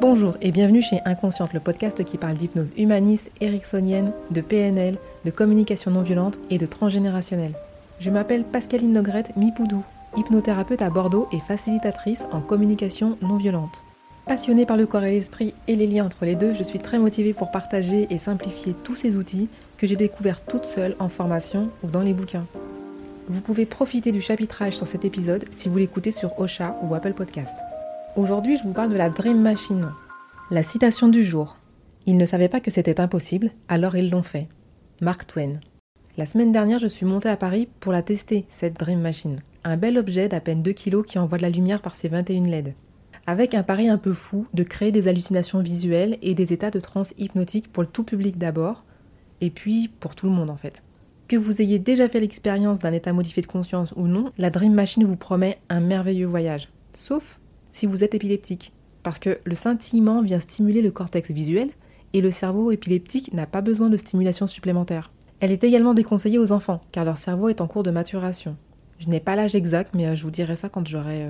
Bonjour et bienvenue chez Inconsciente, le podcast qui parle d'hypnose humaniste, ericksonienne, de PNL, de communication non violente et de transgénérationnel. Je m'appelle Pascaline Nogrette Mipoudou, hypnothérapeute à Bordeaux et facilitatrice en communication non violente. Passionnée par le corps et l'esprit et les liens entre les deux, je suis très motivée pour partager et simplifier tous ces outils que j'ai découverts toute seule en formation ou dans les bouquins. Vous pouvez profiter du chapitrage sur cet épisode si vous l'écoutez sur Ocha ou Apple Podcast. Aujourd'hui, je vous parle de la Dream Machine. La citation du jour. Ils ne savaient pas que c'était impossible, alors ils l'ont fait. Mark Twain. La semaine dernière, je suis montée à Paris pour la tester, cette Dream Machine. Un bel objet d'à peine 2 kg qui envoie de la lumière par ses 21 LED. Avec un pari un peu fou de créer des hallucinations visuelles et des états de transe hypnotique pour le tout public d'abord, et puis pour tout le monde en fait. Que vous ayez déjà fait l'expérience d'un état modifié de conscience ou non, la Dream Machine vous promet un merveilleux voyage. Sauf si vous êtes épileptique. Parce que le scintillement vient stimuler le cortex visuel et le cerveau épileptique n'a pas besoin de stimulation supplémentaire. Elle est également déconseillée aux enfants, car leur cerveau est en cours de maturation. Je n'ai pas l'âge exact, mais je vous dirai ça quand j'aurai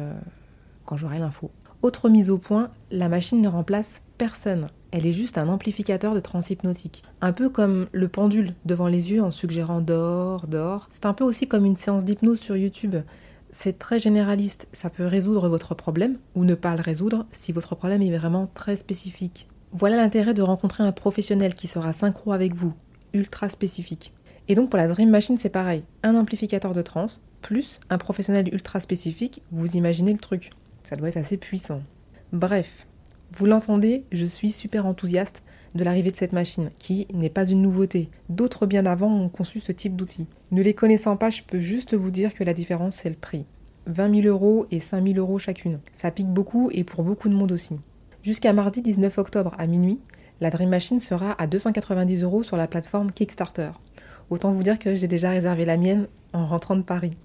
l'info. Autre mise au point, la machine ne remplace personne. Elle est juste un amplificateur de transe hypnotique. Un peu comme le pendule devant les yeux en suggérant dors, dors. C'est un peu aussi comme une séance d'hypnose sur YouTube. C'est très généraliste, ça peut résoudre votre problème ou ne pas le résoudre si votre problème est vraiment très spécifique. Voilà l'intérêt de rencontrer un professionnel qui sera synchro avec vous, ultra spécifique. Et donc pour la Dream Machine c'est pareil, un amplificateur de transe plus un professionnel ultra spécifique, vous imaginez le truc. Ça doit être assez puissant. Bref, vous l'entendez, je suis super enthousiaste de l'arrivée de cette machine, qui n'est pas une nouveauté. D'autres bien avant ont conçu ce type d'outil. Ne les connaissant pas, je peux juste vous dire que la différence, c'est le prix. 20 000 € et 5 000 € chacune. Ça pique beaucoup et pour beaucoup de monde aussi. Jusqu'à mardi 19 octobre à minuit, la Dream Machine sera à 290 € sur la plateforme Kickstarter. Autant vous dire que j'ai déjà réservé la mienne en rentrant de Paris.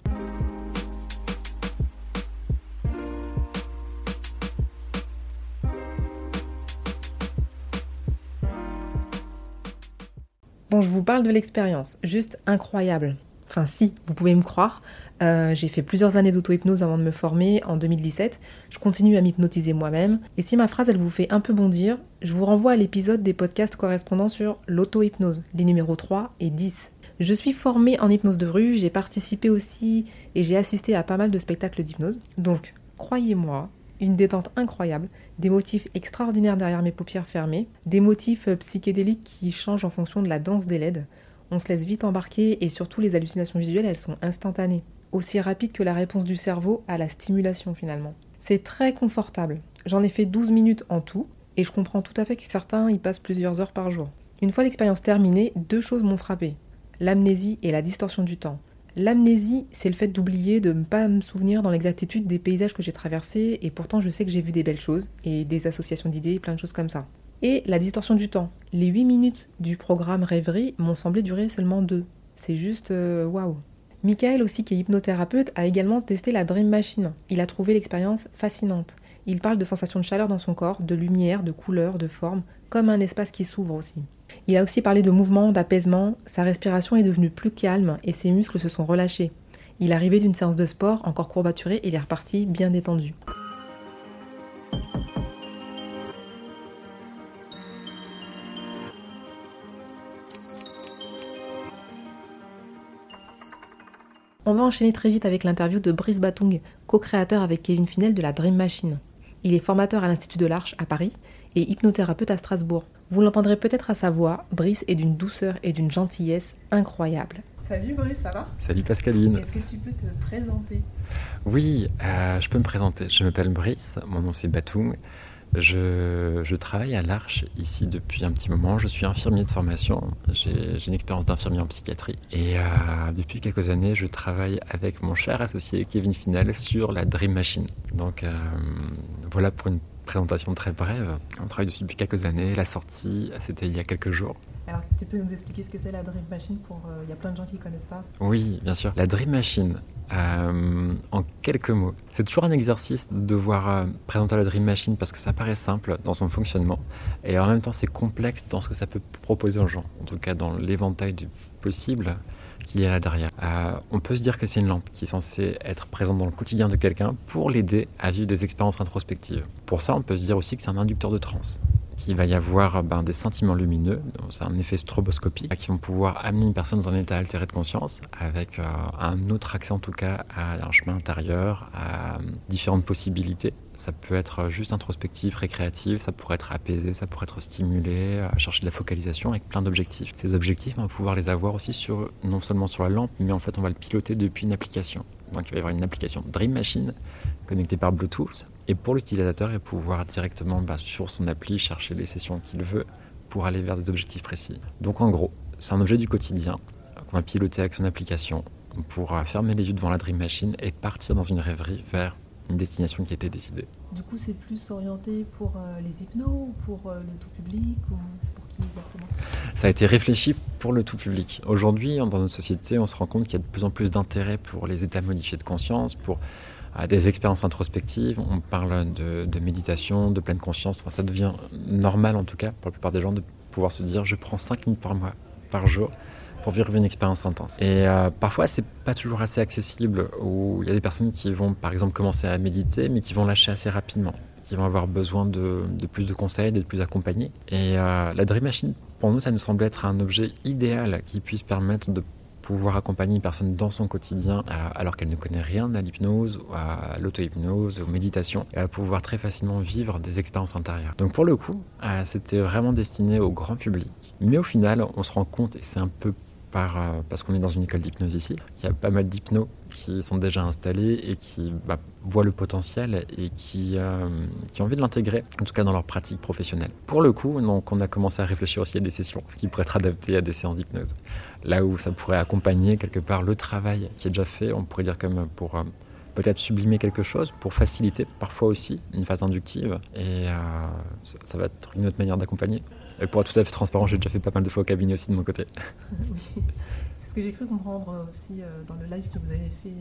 Bon, je vous parle de l'expérience, juste incroyable. Enfin si, vous pouvez me croire, j'ai fait plusieurs années d'auto-hypnose avant de me former en 2017, je continue à m'hypnotiser moi-même, et si ma phrase elle vous fait un peu bondir, je vous renvoie à l'épisode des podcasts correspondant sur l'auto-hypnose, les numéros 3 et 10. Je suis formée en hypnose de rue, j'ai participé aussi et j'ai assisté à pas mal de spectacles d'hypnose, donc croyez-moi, une détente incroyable, des motifs extraordinaires derrière mes paupières fermées, des motifs psychédéliques qui changent en fonction de la danse des LED. On se laisse vite embarquer et surtout les hallucinations visuelles, elles sont instantanées. Aussi rapides que la réponse du cerveau à la stimulation finalement. C'est très confortable. J'en ai fait 12 minutes en tout et je comprends tout à fait que certains y passent plusieurs heures par jour. Une fois l'expérience terminée, 2 choses m'ont frappée. L'amnésie et la distorsion du temps. L'amnésie, c'est le fait d'oublier, de ne pas me souvenir dans l'exactitude des paysages que j'ai traversés, et pourtant je sais que j'ai vu des belles choses, et des associations d'idées, plein de choses comme ça. Et la distorsion du temps. Les 8 minutes du programme Rêverie m'ont semblé durer seulement 2. C'est juste waouh. Michael aussi, qui est hypnothérapeute, a également testé la Dream Machine. Il a trouvé l'expérience fascinante. Il parle de sensations de chaleur dans son corps, de lumière, de couleur, de forme, comme un espace qui s'ouvre aussi. Il a aussi parlé de mouvement, d'apaisement, sa respiration est devenue plus calme et ses muscles se sont relâchés. Il est arrivé d'une séance de sport encore courbaturé et il est reparti bien détendu. On va enchaîner très vite avec l'interview de Brice Batung, co-créateur avec Kevin Finel de la Dream Machine. Il est formateur à l'Institut de l'Arche à Paris et hypnothérapeute à Strasbourg. Vous l'entendrez peut-être à sa voix, Brice est d'une douceur et d'une gentillesse incroyables. Salut Brice, ça va ? Salut Pascaline. Est-ce que tu peux te présenter ? Oui, je peux me présenter. Je m'appelle Brice, mon nom c'est Batung. Je travaille à l'Arche ici depuis un petit moment. Je suis infirmier de formation. J'ai une expérience d'infirmier en psychiatrie. Et depuis quelques années, je travaille avec mon cher associé Kevin Finel sur la Dream Machine. Donc voilà pour une présentation très brève. On travaille dessus depuis quelques années. La sortie, c'était il y a quelques jours. Alors, tu peux nous expliquer ce que c'est la Dream Machine pour... Il y a plein de gens qui ne connaissent pas. Oui, bien sûr. La Dream Machine, en quelques mots, c'est toujours un exercice de devoir présenter la Dream Machine parce que ça paraît simple dans son fonctionnement et en même temps c'est complexe dans ce que ça peut proposer aux gens. En tout cas, dans l'éventail du possible, qu'il y a là derrière. On peut se dire que c'est une lampe qui est censée être présente dans le quotidien de quelqu'un pour l'aider à vivre des expériences introspectives. Pour ça, on peut se dire aussi que c'est un inducteur de transe. Qu'il va y avoir des scintillements lumineux, c'est un effet stroboscopique, qui vont pouvoir amener une personne dans un état altéré de conscience avec un autre accès en tout cas à un chemin intérieur, à différentes possibilités. Ça peut être juste introspectif, récréatif, ça pourrait être apaisé, ça pourrait être stimulé, chercher de la focalisation avec plein d'objectifs. Ces objectifs, on va pouvoir les avoir aussi non seulement sur la lampe, mais en fait on va le piloter depuis une application. Donc il va y avoir une application Dream Machine connectée par Bluetooth. Et pour l'utilisateur, il va pouvoir directement sur son appli chercher les sessions qu'il veut pour aller vers des objectifs précis. Donc en gros, c'est un objet du quotidien qu'on va piloter avec son application pour fermer les yeux devant la Dream Machine et partir dans une rêverie vers une destination qui a été décidée. Du coup, c'est plus orienté pour les hypnos ou pour le tout public ou c'est pour qui exactement ? Ça a été réfléchi pour le tout public. Aujourd'hui, dans notre société, on se rend compte qu'il y a de plus en plus d'intérêt pour les états modifiés de conscience, pour des expériences introspectives. On parle de méditation, de pleine conscience. Enfin, ça devient normal, en tout cas, pour la plupart des gens, de pouvoir se dire « je prends 5 minutes par jour » pour vivre une expérience intense. Et parfois, c'est pas toujours assez accessible, où il y a des personnes qui vont, par exemple, commencer à méditer, mais qui vont lâcher assez rapidement, qui vont avoir besoin de plus de conseils, d'être plus accompagnés. Et la Dream Machine, pour nous, ça nous semble être un objet idéal qui puisse permettre de pouvoir accompagner une personne dans son quotidien alors qu'elle ne connaît rien à l'hypnose, à l'auto-hypnose, aux méditations. Et elle va pouvoir très facilement vivre des expériences intérieures. Donc pour le coup, c'était vraiment destiné au grand public. Mais au final, on se rend compte, et c'est un peu parce qu'on est dans une école d'hypnose ici, qu'il y a pas mal d'hypnos qui sont déjà installés et qui voient le potentiel et qui ont envie de l'intégrer, en tout cas dans leur pratique professionnelle. Pour le coup, donc, on a commencé à réfléchir aussi à des sessions qui pourraient être adaptées à des séances d'hypnose. Là où ça pourrait accompagner quelque part le travail qui est déjà fait, on pourrait dire comme pour peut-être sublimer quelque chose, pour faciliter parfois aussi une phase inductive. Et ça va être une autre manière d'accompagner. Et pour être tout à fait transparent, j'ai déjà fait pas mal de fois au cabinet aussi de mon côté. Oui, c'est ce que j'ai cru comprendre aussi dans le live que vous avez fait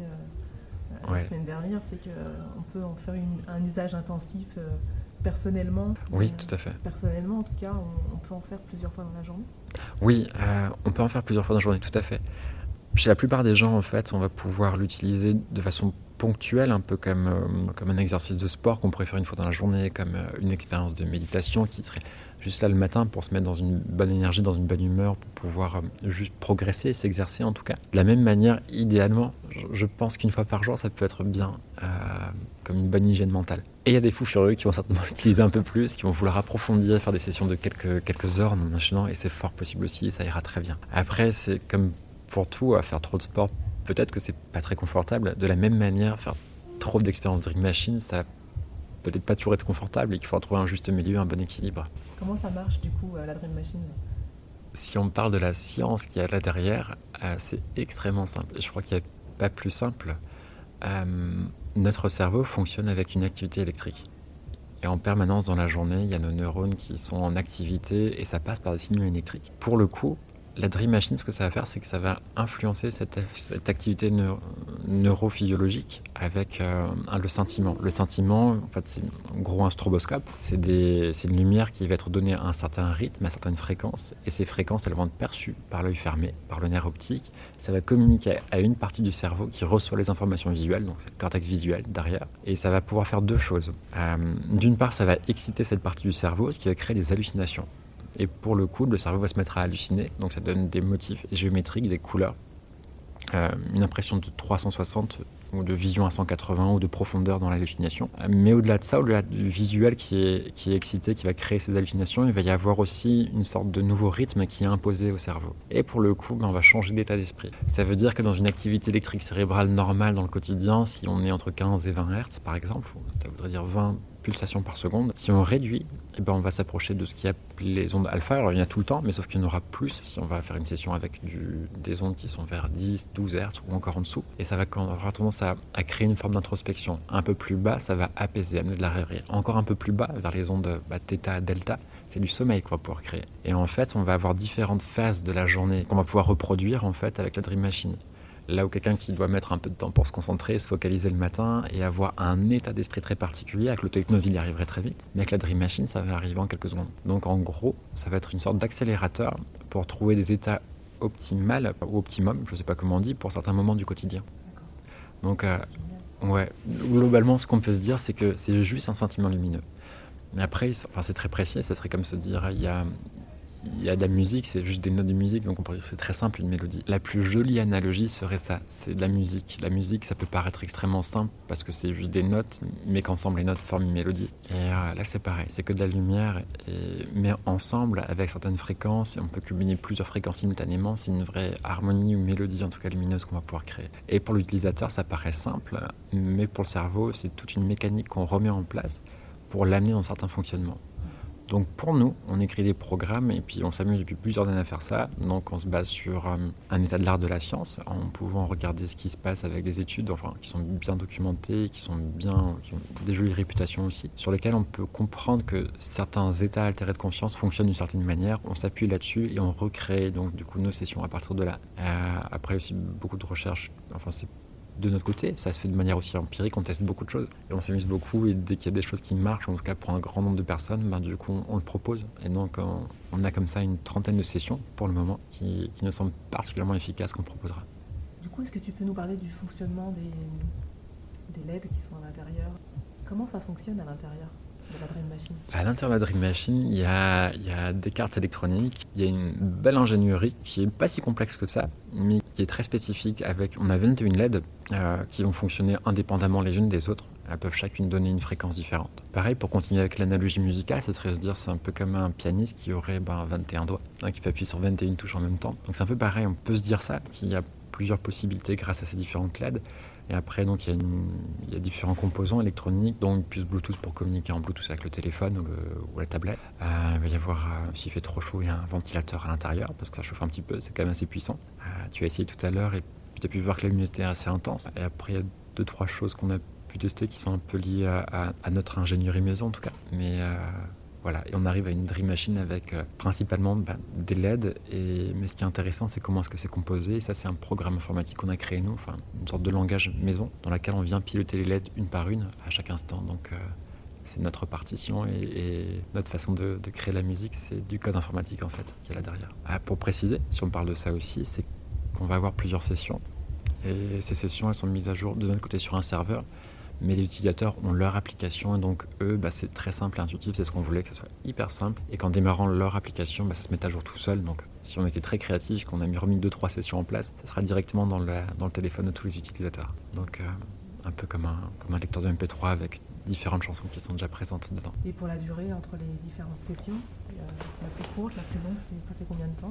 la semaine dernière, c'est qu'on peut en faire un usage intensif personnellement. Oui, tout à fait. Personnellement, en tout cas, on peut en faire plusieurs fois dans la journée. Oui, on peut en faire plusieurs fois dans la journée, tout à fait. Chez la plupart des gens, en fait, on va pouvoir l'utiliser de façon ponctuelle, un peu comme un exercice de sport qu'on pourrait faire une fois dans la journée, comme une expérience de méditation qui serait juste là le matin pour se mettre dans une bonne énergie, dans une bonne humeur, pour pouvoir juste progresser, s'exercer en tout cas. De la même manière, idéalement, je pense qu'une fois par jour, ça peut être bien, comme une bonne hygiène mentale. Et il y a des fous furieux qui vont certainement l'utiliser un peu plus, qui vont vouloir approfondir, faire des sessions de quelques heures en enchaînant, et c'est fort possible aussi, et ça ira très bien. Après, c'est comme pour tout, à faire trop de sport, peut-être que c'est pas très confortable. De la même manière, faire trop d'expériences Dream Machine, ça peut-être pas toujours être confortable et qu'il faudra trouver un juste milieu, un bon équilibre. Comment ça marche du coup, la Dream Machine ? Si on parle de la science qu'il y a là derrière, c'est extrêmement simple. Et je crois qu'il n'y a pas plus simple. Notre cerveau fonctionne avec une activité électrique. Et en permanence dans la journée, il y a nos neurones qui sont en activité et ça passe par des signaux électriques. Pour le coup, la Dream Machine, ce que ça va faire, c'est que ça va influencer cette activité neurophysiologique avec le scintillement. Le scintillement, en fait, c'est en gros un stroboscope. C'est une lumière qui va être donnée à un certain rythme, à certaines fréquences. Et ces fréquences, elles vont être perçues par l'œil fermé, par le nerf optique. Ça va communiquer à une partie du cerveau qui reçoit les informations visuelles, donc c'est le cortex visuel derrière. Et ça va pouvoir faire deux choses. D'une part, ça va exciter cette partie du cerveau, ce qui va créer des hallucinations. Et pour le coup, le cerveau va se mettre à halluciner. Donc ça donne des motifs géométriques, des couleurs, une impression de 360 ou de vision à 180 ou de profondeur dans l'hallucination. Mais au-delà de ça, au-delà du visuel qui est excité, qui va créer ces hallucinations, il va y avoir aussi une sorte de nouveau rythme qui est imposé au cerveau. Et pour le coup, on va changer d'état d'esprit. Ça veut dire que dans une activité électrique cérébrale normale dans le quotidien, si on est entre 15 et 20 Hz par exemple, ça voudrait dire 20 pulsations par seconde, si on réduit, on va s'approcher de ce qu'il y a les ondes alpha. Alors il y en a tout le temps, mais sauf qu'il y en aura plus si on va faire une session avec des ondes qui sont vers 10, 12 Hz ou encore en dessous. Et ça va avoir tendance à créer une forme d'introspection. Un peu plus bas, ça va apaiser, amener de la rêverie. Encore un peu plus bas, vers les ondes θ, delta, c'est du sommeil qu'on va pouvoir créer. Et en fait, on va avoir différentes phases de la journée qu'on va pouvoir reproduire en fait avec la Dream Machine. Là où quelqu'un qui doit mettre un peu de temps pour se concentrer, se focaliser le matin et avoir un état d'esprit très particulier, avec l'auto-hypnose il y arriverait très vite, mais avec la Dream Machine ça va arriver en quelques secondes. Donc en gros, ça va être une sorte d'accélérateur pour trouver des états optimale ou optimum, je ne sais pas comment on dit, pour certains moments du quotidien. Donc, ouais, globalement, ce qu'on peut se dire, c'est que c'est juste un sentiment lumineux. Mais après, c'est très précis, ça serait comme se dire, il y a de la musique, c'est juste des notes de musique, donc on pourrait dire que c'est très simple, une mélodie. La plus jolie analogie serait ça, c'est de la musique. La musique, ça peut paraître extrêmement simple parce que c'est juste des notes, mais qu'ensemble les notes forment une mélodie. Et là, c'est pareil, c'est que de la lumière, mais ensemble, avec certaines fréquences, et on peut combiner plusieurs fréquences simultanément, c'est une vraie harmonie ou mélodie, en tout cas lumineuse, qu'on va pouvoir créer. Et pour l'utilisateur, ça paraît simple, mais pour le cerveau, c'est toute une mécanique qu'on remet en place pour l'amener dans certains fonctionnements. Donc pour nous, on écrit des programmes et puis on s'amuse depuis plusieurs années à faire ça. Donc on se base sur un état de l'art de la science, en pouvant regarder ce qui se passe avec des études qui sont bien documentées, qui ont des jolies réputations aussi, sur lesquelles on peut comprendre que certains états altérés de conscience fonctionnent d'une certaine manière. On s'appuie là-dessus et on recrée donc du coup nos sessions à partir de là. Après aussi beaucoup de recherches, c'est de notre côté, ça se fait de manière aussi empirique, on teste beaucoup de choses et on s'amuse beaucoup, et dès qu'il y a des choses qui marchent, en tout cas pour un grand nombre de personnes, du coup on le propose, et donc on a comme ça une trentaine de sessions pour le moment qui nous semblent particulièrement efficaces, qu'on proposera. Du coup, est-ce que tu peux nous parler du fonctionnement des LED qui sont à l'intérieur? Comment ça fonctionne à l'intérieur de la Dream Machine? À l'intérieur de la Dream Machine, il y a des cartes électroniques, il y a une belle ingénierie qui est pas si complexe que ça, mais qui est très spécifique. On a 21 LED qui vont fonctionner indépendamment les unes des autres. Elles peuvent chacune donner une fréquence différente. Pareil, pour continuer avec l'analogie musicale, ce serait se dire c'est un peu comme un pianiste qui aurait 21 doigts, qui peut appuyer sur 21 touches en même temps. Donc c'est un peu pareil, on peut se dire ça, qu'il y a plusieurs possibilités grâce à ces différentes LED. Et après, donc, il y a différents composants électroniques, dont une puce Bluetooth pour communiquer en Bluetooth avec le téléphone ou la tablette. Il va y avoir, s'il fait trop chaud, il y a un ventilateur à l'intérieur, parce que ça chauffe un petit peu, c'est quand même assez puissant. Tu as essayé tout à l'heure et tu as pu voir que la luminosité est assez intense. Et après, il y a 2-3 choses qu'on a pu tester qui sont un peu liées à notre ingénierie maison, en tout cas. Mais voilà, et on arrive à une Dream Machine avec principalement des LED, mais ce qui est intéressant, c'est comment est-ce que c'est composé. Et ça, c'est un programme informatique qu'on a créé nous, une sorte de langage maison dans laquelle on vient piloter les LED une par une à chaque instant. Donc c'est notre partition et notre façon de créer la musique, c'est du code informatique en fait qui est là derrière. Pour préciser, si on parle de ça aussi, c'est qu'on va avoir plusieurs sessions, et ces sessions elles sont mises à jour de notre côté sur un serveur. Mais les utilisateurs ont leur application, et donc eux, c'est très simple et intuitif, c'est ce qu'on voulait, que ce soit hyper simple. Et qu'en démarrant leur application, ça se met à jour tout seul. Donc si on était très créatif, qu'on a remis 2-3 sessions en place, ça sera directement dans le téléphone de tous les utilisateurs. Donc un peu comme un lecteur de MP3 avec différentes chansons qui sont déjà présentes dedans. Et pour la durée entre les différentes sessions, la plus courte, la plus longue, ça fait combien de temps ?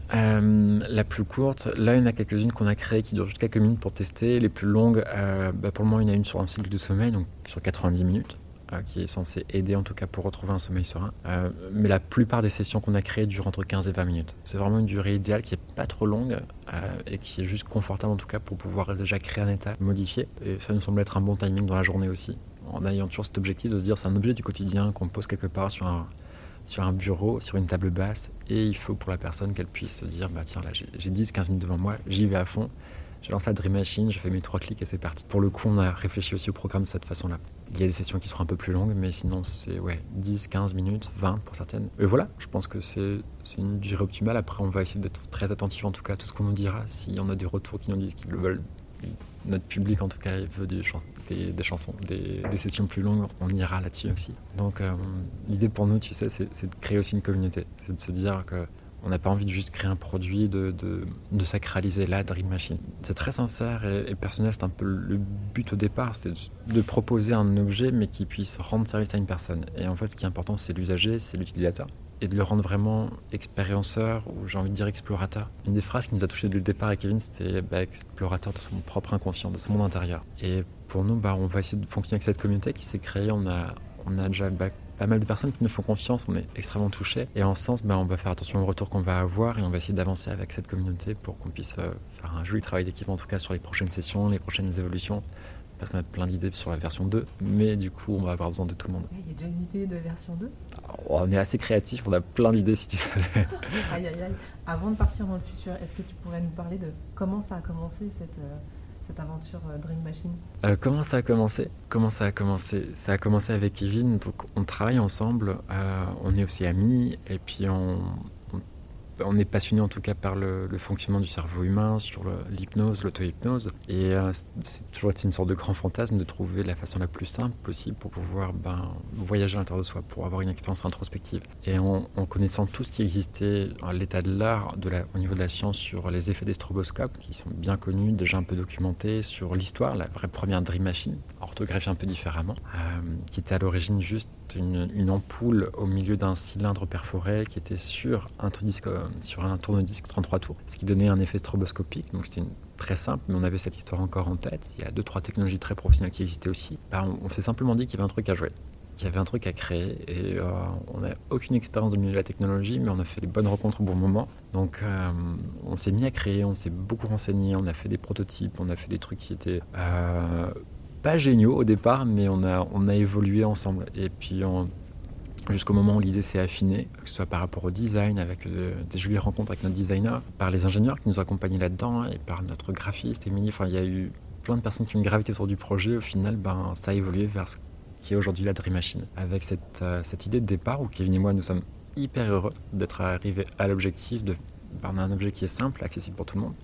La plus courte, là il y en a quelques-unes qu'on a créées qui durent juste quelques minutes pour tester. Les plus longues, pour le moment il y en a une sur un cycle de sommeil, donc sur 90 minutes, qui est censée aider en tout cas pour retrouver un sommeil serein. Mais la plupart des sessions qu'on a créées durent entre 15 et 20 minutes. C'est vraiment une durée idéale qui est pas trop longue et qui est juste confortable en tout cas pour pouvoir déjà créer un état modifié. Et ça nous semble être un bon timing dans la journée aussi, en ayant toujours cet objectif de se dire c'est un objet du quotidien qu'on pose quelque part sur un bureau, sur une table basse, et il faut pour la personne qu'elle puisse se dire tiens là j'ai 10-15 minutes devant moi, j'y vais à fond, je lance la Dream Machine, je fais mes 3 clics et c'est parti. Pour le coup on a réfléchi aussi au programme de cette façon là. Il y a des sessions qui seront un peu plus longues, mais sinon c'est 10-15 minutes, 20 pour certaines. Et voilà, je pense que c'est une durée optimale. Après on va essayer d'être très attentif en tout cas à tout ce qu'on nous dira. S'il y en a des retours qui nous disent qu'ils le veulent, notre public en tout cas il veut des chansons, des sessions plus longues, on ira là-dessus aussi. Donc l'idée pour nous, tu sais, c'est de créer aussi une communauté, c'est de se dire qu'on n'a pas envie de juste créer un produit, de sacraliser la Dream Machine. C'est très sincère et personnel, c'est un peu le but au départ, c'est de proposer un objet mais qui puisse rendre service à une personne. Et en fait ce qui est important c'est l'usager, c'est l'utilisateur. Et de le rendre vraiment expérienceur, ou j'ai envie de dire explorateur. Une des phrases qui nous a touché dès le départ avec Kevin, c'était explorateur de son propre inconscient, de son monde intérieur. Et pour nous, on va essayer de fonctionner avec cette communauté qui s'est créée. On a déjà pas mal de personnes qui nous font confiance, on est extrêmement touchés. Et en ce sens, on va faire attention au retour qu'on va avoir et on va essayer d'avancer avec cette communauté pour qu'on puisse faire un joli travail d'équipe, en tout cas sur les prochaines sessions, les prochaines évolutions. Parce qu'on a plein d'idées sur la version 2, mais du coup, on va avoir besoin de tout le monde. Il y a déjà une idée de version 2 ? On est assez créatifs, on a plein d'idées si tu savais. Aïe. Avant de partir dans le futur, est-ce que tu pourrais nous parler de comment ça a commencé cette aventure Dream Machine ? Comment ça a commencé ? Ça a commencé avec Kevin, donc on travaille ensemble, on est aussi amis, et puis on est passionné en tout cas par le fonctionnement du cerveau humain, sur l'hypnose, l'auto-hypnose. Et c'est toujours été une sorte de grand fantasme de trouver la façon la plus simple possible pour pouvoir voyager à l'intérieur de soi, pour avoir une expérience introspective. Et en connaissant tout ce qui existait à l'état de l'art, au niveau de la science, sur les effets des stroboscopes, qui sont bien connus, déjà un peu documentés, sur l'histoire, la vraie première Dream Machine, orthographiée un peu différemment, qui était à l'origine juste une ampoule au milieu d'un cylindre perforé qui était sur un tourne-disque 33 tours, ce qui donnait un effet stroboscopique. Donc c'était très simple, mais on avait cette histoire encore en tête. Il y a 2-3 technologies très professionnelles qui existaient aussi. On s'est simplement dit qu'il y avait un truc à jouer, qu'il y avait un truc à créer, et on n'a aucune expérience dans le milieu de la technologie, mais on a fait les bonnes rencontres au bon moment. Donc on s'est mis à créer, on s'est beaucoup renseigné, on a fait des prototypes, on a fait des trucs qui étaient pas géniaux au départ, mais on a évolué ensemble. Et puis jusqu'au moment où l'idée s'est affinée, que ce soit par rapport au design, avec des jolies rencontres avec notre designer, par les ingénieurs qui nous accompagnaient là-dedans, et par notre graphiste, Émilie. Enfin, il y a eu plein de personnes qui ont gravité autour du projet. Au final, ça a évolué vers ce qui est aujourd'hui la Dream Machine, avec cette idée de départ où Kevin et moi, nous sommes hyper heureux d'être arrivés à l'objectif on a un objet qui est simple, accessible pour tout le monde,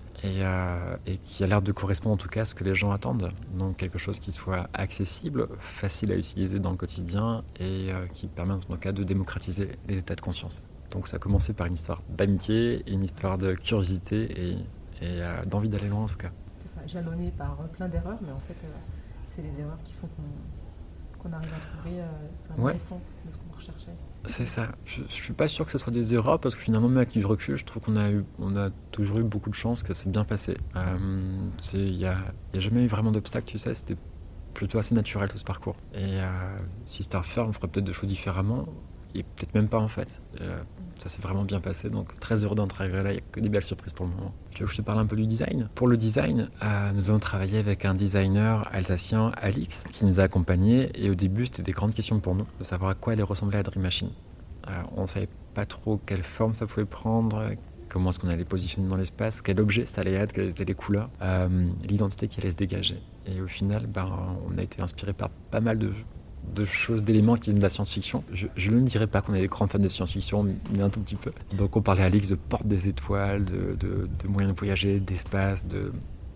et qui a l'air de correspondre en tout cas à ce que les gens attendent. Donc quelque chose qui soit accessible, facile à utiliser dans le quotidien, et qui permet en tout cas de démocratiser les états de conscience. Donc ça a commencé par une histoire d'amitié, une histoire de curiosité et d'envie d'aller loin en tout cas. C'est ça, jalonné par plein d'erreurs, mais en fait c'est les erreurs qui font qu'on arrive à trouver l'essence de ce qu'on recherchait. C'est ça. Je suis pas sûr que ce soit des erreurs, parce que finalement, même avec du recul, je trouve qu'on a toujours eu beaucoup de chance, que ça s'est bien passé. Il y a jamais eu vraiment d'obstacle, tu sais. C'était plutôt assez naturel tout ce parcours. Et si c'était à refaire, on ferait peut-être des choses différemment, et peut-être même pas en fait. Ça s'est vraiment bien passé, donc très heureux d'en arriver là. Il n'y a que des belles surprises pour le moment. Tu veux que je te parle un peu du design ? Pour le design, nous avons travaillé avec un designer alsacien, Alix, qui nous a accompagnés. Et au début, c'était des grandes questions pour nous, de savoir à quoi allait ressembler la Dream Machine. On ne savait pas trop quelle forme ça pouvait prendre, comment est-ce qu'on allait positionner dans l'espace, quel objet ça allait être, quelles étaient les couleurs, l'identité qui allait se dégager. Et au final, on a été inspiré par pas mal de choses, d'éléments qui viennent de la science-fiction. Je ne dirais pas qu'on est des grands fans de science-fiction, mais un tout petit peu. Donc on parlait à Alix de portes des étoiles, de moyens de voyager, d'espace, de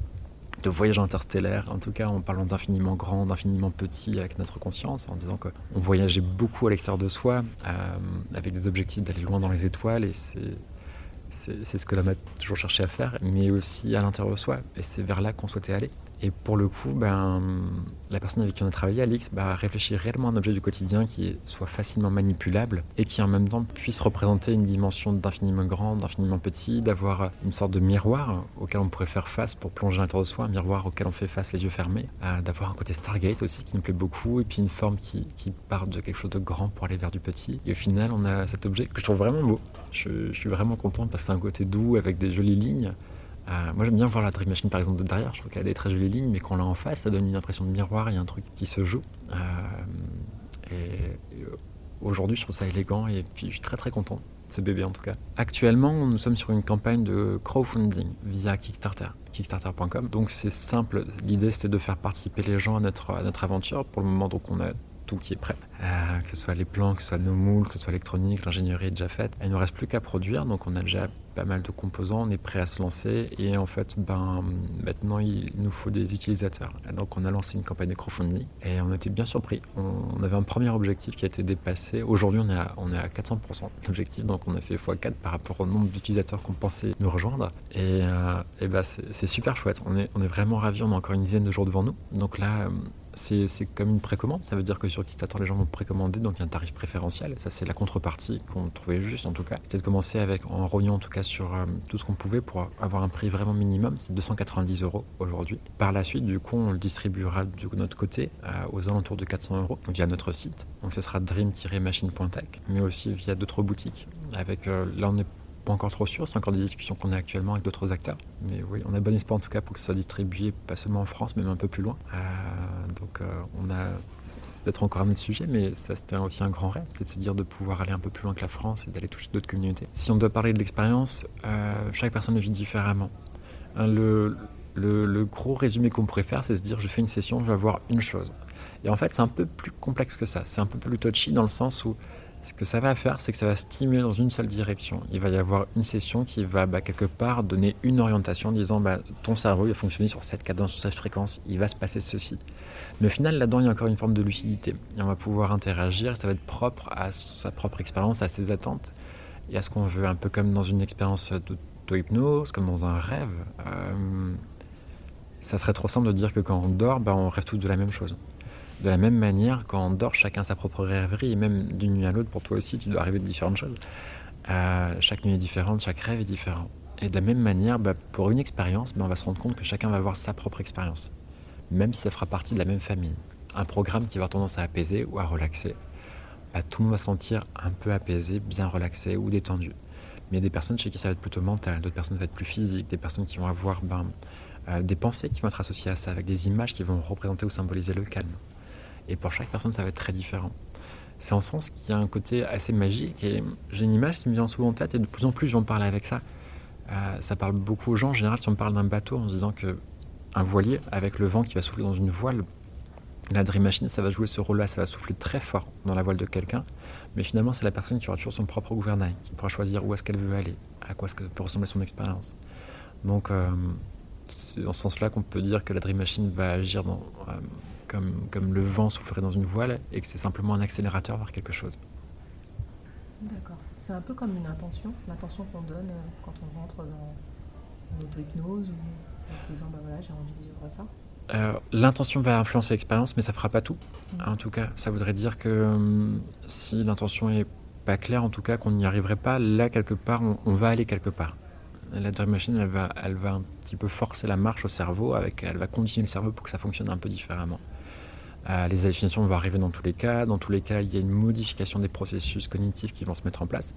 voyage interstellaire, en tout cas en parlant d'infiniment grand, d'infiniment petit avec notre conscience, en disant qu'on voyageait beaucoup à l'extérieur de soi, avec des objectifs d'aller loin dans les étoiles, et c'est ce que l'homme a toujours cherché à faire, mais aussi à l'intérieur de soi, et c'est vers là qu'on souhaitait aller. Et pour le coup, la personne avec qui on a travaillé, Alix, réfléchit réellement à un objet du quotidien qui soit facilement manipulable et qui en même temps puisse représenter une dimension d'infiniment grand, d'infiniment petit, d'avoir une sorte de miroir auquel on pourrait faire face pour plonger à l'intérieur de soi, un miroir auquel on fait face les yeux fermés, d'avoir un côté Stargate aussi qui nous plaît beaucoup, et puis une forme qui part de quelque chose de grand pour aller vers du petit. Et au final, on a cet objet que je trouve vraiment beau. Je suis vraiment content parce que c'est un côté doux avec des jolies lignes. Moi j'aime bien voir la Dream Machine par exemple de derrière, je trouve qu'elle a des très jolies lignes, mais quand on l'a en face, ça donne une impression de miroir, il y a un truc qui se joue. Et aujourd'hui je trouve ça élégant, et puis je suis très très content de ce bébé en tout cas. Actuellement nous sommes sur une campagne de crowdfunding via Kickstarter, kickstarter.com. Donc c'est simple, l'idée c'était de faire participer les gens à notre aventure. Pour le moment donc on a tout qui est prêt, que ce soit les plans, que ce soit nos moules, que ce soit l'électronique, l'ingénierie est déjà faite. Il ne nous reste plus qu'à produire, donc on a déjà pas mal de composants, on est prêt à se lancer, et en fait maintenant il nous faut des utilisateurs. Et donc on a lancé une campagne de crowdfunding et on était bien surpris. On avait un premier objectif qui a été dépassé. Aujourd'hui on est à 400% d'objectif, donc on a fait x4 par rapport au nombre d'utilisateurs qu'on pensait nous rejoindre, et c'est super chouette. On est vraiment ravis, on a encore une dizaine de jours devant nous, donc là c'est comme une précommande, ça veut dire que sur Kickstarter les gens vont précommander, donc il y a un tarif préférentiel. Ça c'est la contrepartie qu'on trouvait juste en tout cas. C'était de commencer en rognant en tout cas sur tout ce qu'on pouvait pour avoir un prix vraiment minimum, c'est 290 € aujourd'hui. Par la suite du coup on le distribuera de notre côté aux alentours de 400 € via notre site. Donc ce sera dream-machine.tech, mais aussi via d'autres boutiques. Avec là on n'est pas encore trop sûr, c'est encore des discussions qu'on a actuellement avec d'autres acteurs, mais oui, on a bon espoir en tout cas pour que ce soit distribué pas seulement en France mais même un peu plus loin. C'est peut-être encore un autre sujet, mais ça c'était aussi un grand rêve, c'était de se dire de pouvoir aller un peu plus loin que la France et d'aller toucher d'autres communautés. Si on doit parler de l'expérience, chaque personne le vit différemment. Le gros résumé qu'on pourrait faire, c'est se dire je fais une session, je vais voir une chose. Et en fait c'est un peu plus complexe que ça, c'est un peu plus touchy dans le sens où Ce que ça va faire, c'est que ça va stimuler dans une seule direction. Il va y avoir une session qui va quelque part donner une orientation en disant ton cerveau il va fonctionner sur cette cadence, sur cette fréquence, il va se passer ceci. Mais au final, là-dedans, il y a encore une forme de lucidité. Et on va pouvoir interagir, ça va être propre à sa propre expérience, à ses attentes et à ce qu'on veut, un peu comme dans une expérience d'auto-hypnose, comme dans un rêve. Ça serait trop simple de dire que quand on dort, on rêve tous de la même chose. De la même manière, quand on dort, chacun sa propre rêverie, et même d'une nuit à l'autre, pour toi aussi, tu dois rêver de différentes choses. Chaque nuit est différente, chaque rêve est différent. Et de la même manière, pour une expérience, on va se rendre compte que chacun va avoir sa propre expérience, même si ça fera partie de la même famille. Un programme qui va avoir tendance à apaiser ou à relaxer, tout le monde va se sentir un peu apaisé, bien relaxé ou détendu. Mais il y a des personnes chez qui ça va être plutôt mental, d'autres personnes ça va être plus physique, des personnes qui vont avoir des pensées qui vont être associées à ça, avec des images qui vont représenter ou symboliser le calme. Et pour chaque personne, ça va être très différent. C'est en sens qu'il y a un côté assez magique. Et j'ai une image qui me vient souvent en tête et de plus en plus j'en parle avec ça. Ça parle beaucoup aux gens. En général, si on parle d'un bateau en se disant qu'un voilier, avec le vent qui va souffler dans une voile, la Dream Machine, ça va jouer ce rôle-là. Ça va souffler très fort dans la voile de quelqu'un. Mais finalement, c'est la personne qui aura toujours son propre gouvernail, qui pourra choisir où est-ce qu'elle veut aller, à quoi est-ce que peut ressembler son expérience. Donc, c'est dans ce sens-là qu'on peut dire que la Dream Machine va agir comme le vent soufflerait dans une voile et que c'est simplement un accélérateur vers quelque chose. D'accord. C'est un peu comme une intention, l'intention qu'on donne quand on rentre dans l'auto-hypnose ou en se disant j'ai envie de vivre ça. L'intention va influencer l'expérience, mais ça fera pas tout. En tout cas, ça voudrait dire que si l'intention est pas claire, en tout cas qu'on n'y arriverait pas, là quelque part, on va aller quelque part. La Dream Machine, elle va un petit peu forcer la marche au cerveau, elle va conditionner le cerveau pour que ça fonctionne un peu différemment. Les hallucinations vont arriver dans tous les cas. Dans tous les cas, il y a une modification des processus cognitifs qui vont se mettre en place.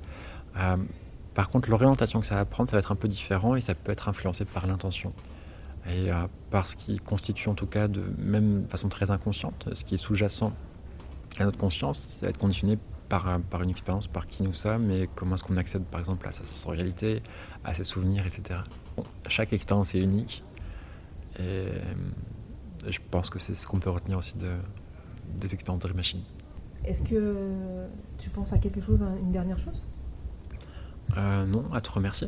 Par contre, l'orientation que ça va prendre, ça va être un peu différent et ça peut être influencé par l'intention. Et par ce qui constitue en tout cas, même de façon très inconsciente, ce qui est sous-jacent à notre conscience, ça va être conditionné par une expérience, par qui nous sommes et comment est-ce qu'on accède par exemple à sa sensorialité, à ses souvenirs, etc. Bon, chaque expérience est unique et je pense que c'est ce qu'on peut retenir aussi des expériences Dream Machine. Est-ce que tu penses à quelque chose, une dernière chose ? Non, à te remercier.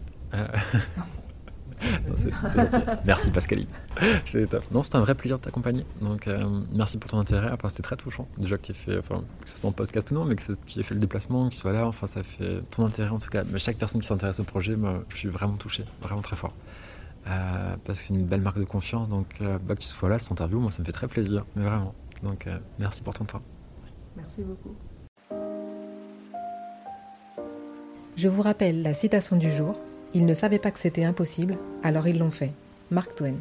Non, c'est gentil. Merci Pascaline. C'est top. Non, c'est un vrai plaisir de t'accompagner. Donc merci pour ton intérêt. C'était très touchant. Déjà que tu aies fait, que ce soit dans le podcast ou non, mais que tu aies fait le déplacement, que tu sois là. Ça fait ton intérêt en tout cas. Mais chaque personne qui s'intéresse au projet, je suis vraiment touché, vraiment très fort. Parce que c'est une belle marque de confiance. Donc que tu sois là, cette interview, moi ça me fait très plaisir, mais vraiment. Donc merci pour ton temps. Merci beaucoup. Je vous rappelle la citation du jour. Ils ne savaient pas que c'était impossible, alors ils l'ont fait. Mark Twain.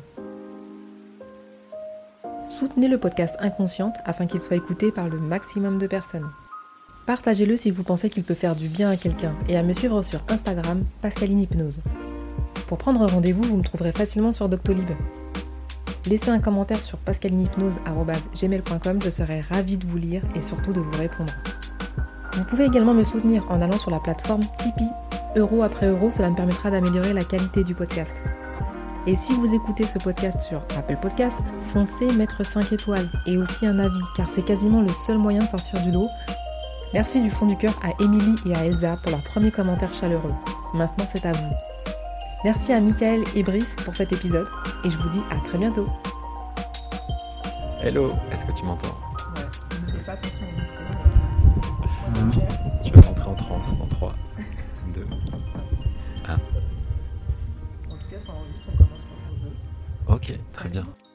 Soutenez le podcast Inconsciente afin qu'il soit écouté par le maximum de personnes. Partagez-le si vous pensez qu'il peut faire du bien à quelqu'un et à me suivre sur Instagram, Pascaline Hypnose. Pour prendre rendez-vous, vous me trouverez facilement sur Doctolib. Laissez un commentaire sur pascalinehypnose@gmail.com, je serai ravie de vous lire et surtout de vous répondre. Vous pouvez également me soutenir en allant sur la plateforme Tipeee. Euro après euro, cela me permettra d'améliorer la qualité du podcast. Et si vous écoutez ce podcast sur Apple Podcast, foncez mettre 5 étoiles et aussi un avis, car c'est quasiment le seul moyen de sortir du lot. Merci du fond du cœur à Émilie et à Elsa pour leurs premiers commentaires chaleureux. Maintenant, c'est à vous. Merci à Michael et Brice pour cet épisode, et je vous dis à très bientôt. Hello, est-ce que tu m'entends ? Ouais, ne fais pas attention au micro. Tu vas rentrer en transe dans 3, 2, 1. En tout cas, ça enregistre, on commence quand on veut. Ok, très bien.